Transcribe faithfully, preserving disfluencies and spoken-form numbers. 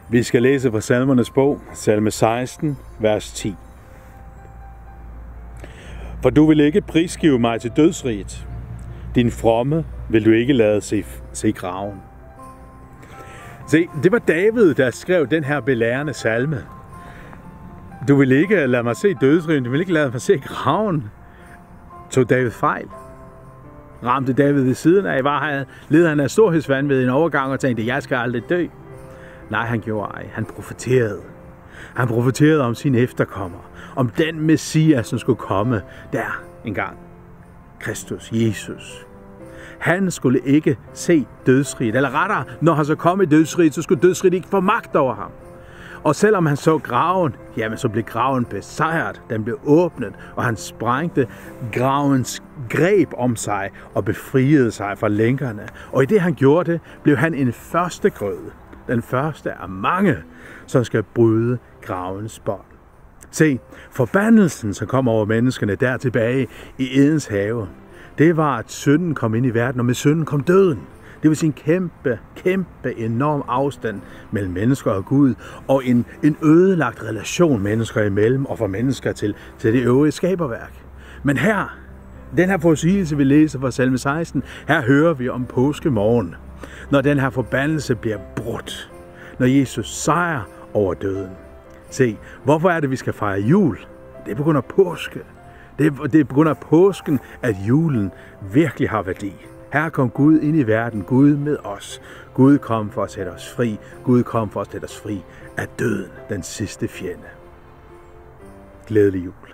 Vi skal læse fra Salmernes bog, salme seksten, vers ti. For du vil ikke prisgive mig til dødsriget. Din fromme vil du ikke lade se, se graven. Se, det var David, der skrev den her belærende salme. Du vil ikke lade mig se dødsriget, du vil ikke lade mig se graven. Tog David fejl? Ramte David ved siden af? Var han, led han af storhedsvanvid en overgang og tænkte, jeg skal aldrig dø? Nej, han gjorde ej. Han profeterede. Han profeterede om sine efterkommere. Om den Messias, som skulle komme der engang. Kristus, Jesus. Han skulle ikke se dødsriget. Eller rettere, når han så kom i dødsriget, så skulle dødsriget ikke få magt over ham. Og selvom han så graven, jamen så blev graven besejret. Den blev åbnet, og han sprængte gravens greb om sig og befriede sig fra lænkerne. Og i det han gjorde det, blev han en første grøde. Den første af mange, som skal bryde gravens bånd. Se, forbandelsen, som kom over menneskene der tilbage i Edens have, det var, at synden kom ind i verden, og med synden kom døden. Det vil sige en kæmpe, kæmpe, enorm afstand mellem mennesker og Gud, og en, en ødelagt relation mennesker imellem, og fra mennesker til, til det øvrige skaberværk. Men her, den her forudsigelse, vi læser fra salme seksten, her hører vi om påskemorgen, når den her forbandelse bliver brudt, når Jesus sejrer over døden. Se, hvorfor er det, vi skal fejre jul? Det er på grund af påske. Det er, det er på grund af påsken, at julen virkelig har værdi. Her kom Gud ind i verden, Gud med os. Gud kom for at sætte os fri. Gud kom for at sætte os fri af døden, den sidste fjende. Glædelig jul.